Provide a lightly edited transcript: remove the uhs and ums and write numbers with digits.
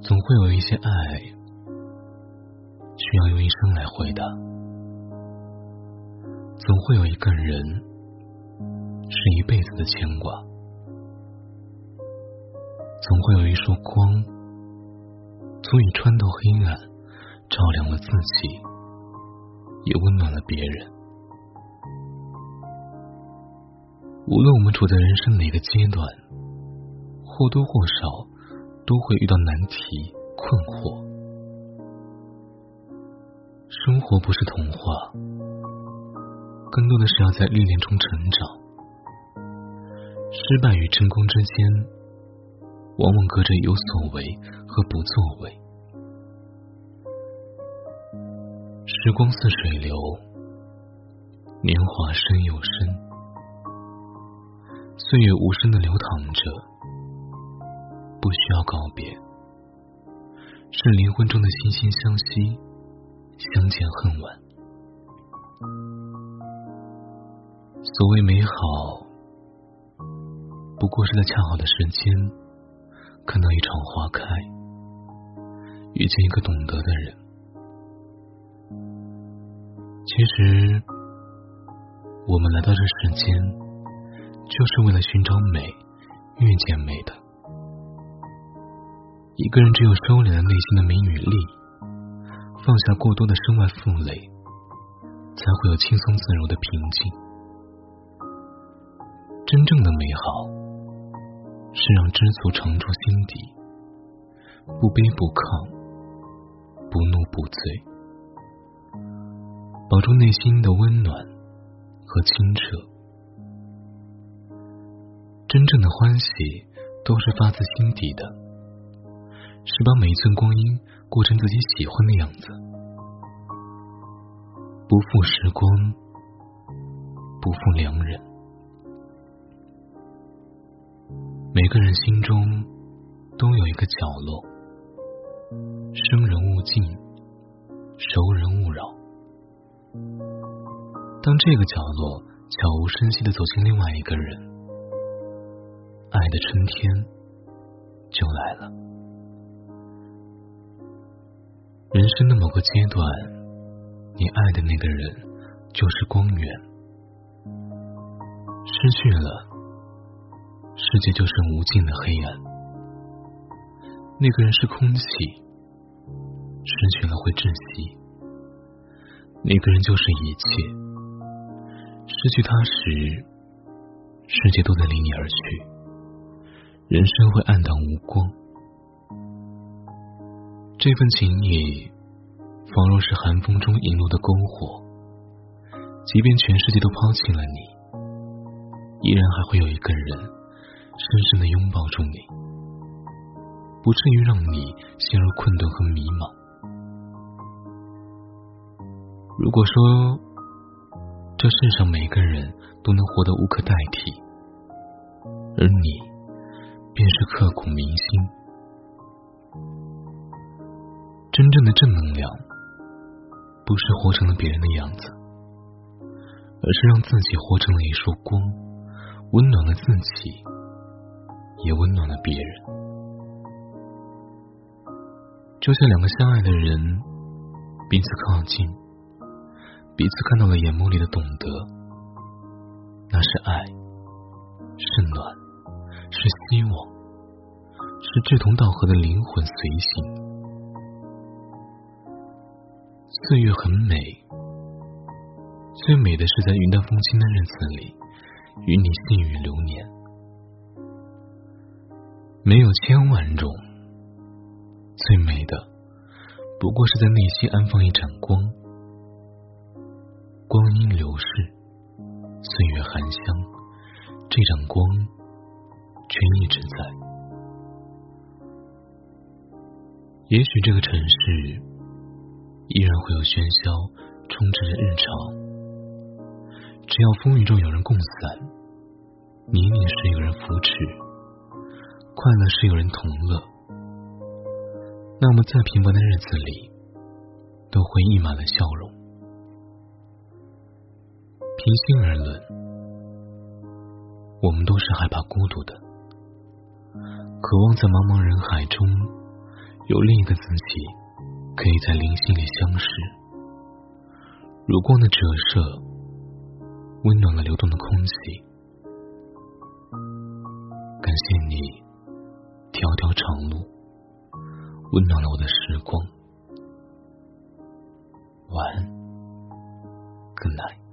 总会有一些爱需要用一生来回答，总会有一个人是一辈子的牵挂，总会有一束光足以穿透黑暗，照亮了自己，也温暖了别人。无论我们处在人生哪个阶段，或多或少都会遇到难题困惑。生活不是童话，更多的是要在历练中成长。失败与成功之间往往隔着有所为和不作为。时光似水流，年华深又深，岁月无声地流淌着，不需要告别，是灵魂中的惺惺相惜，相见恨晚。所谓美好，不过是在恰好的时间看到一场花开，遇见一个懂得的人。其实我们来到这世间就是为了寻找美，遇见美的。一个人只有收敛了内心的美与力，放下过多的身外负累，才会有轻松自如的平静。真正的美好是让知足常驻心底，不卑不亢，不怒不醉，保住内心的温暖和清澈。真正的欢喜都是发自心底的，是把每一寸光阴过成自己喜欢的样子，不负时光，不负良人。每个人心中都有一个角落，生人勿近，熟人勿扰。当这个角落悄无声息地走进另外一个人，爱的春天就来了。人生的某个阶段，你爱的那个人就是光源，失去了，世界就剩无尽的黑暗。那个人是空气，失去了会窒息。那个人就是一切，失去他时，世界都在离你而去，人生会暗淡无光。这份情谊仿若是寒风中引入的篝火，即便全世界都抛弃了你，依然还会有一个人深深地拥抱住你，不至于让你陷入困顿和迷茫。如果说这世上每个人都能活得无可代替，而你便是刻骨铭心。真正的正能量不是活成了别人的样子，而是让自己活成了一束光，温暖了自己，也温暖了别人。就像两个相爱的人彼此靠近，彼此看到了眼眸里的懂得，那是爱，是暖，是希望，是志同道合的灵魂随行。岁月很美，最美的是在云淡风轻的日子里与你细语流年。没有千万种，最美的不过是在内心安放一盏光，光阴流逝，岁月含香，这盏光却一直在。也许这个城市依然会有喧嚣充斥着日常，只要风雨中有人共伞，泥泞是有人扶持，快乐是有人同乐，那么在平凡的日子里都会溢满了笑容。平心而论，我们都是害怕孤独的，渴望在茫茫人海中有另一个自己可以在灵犀里相识。如光的折射温暖了流动的空气。感谢你条条长路温暖了我的时光。晚安，Good night。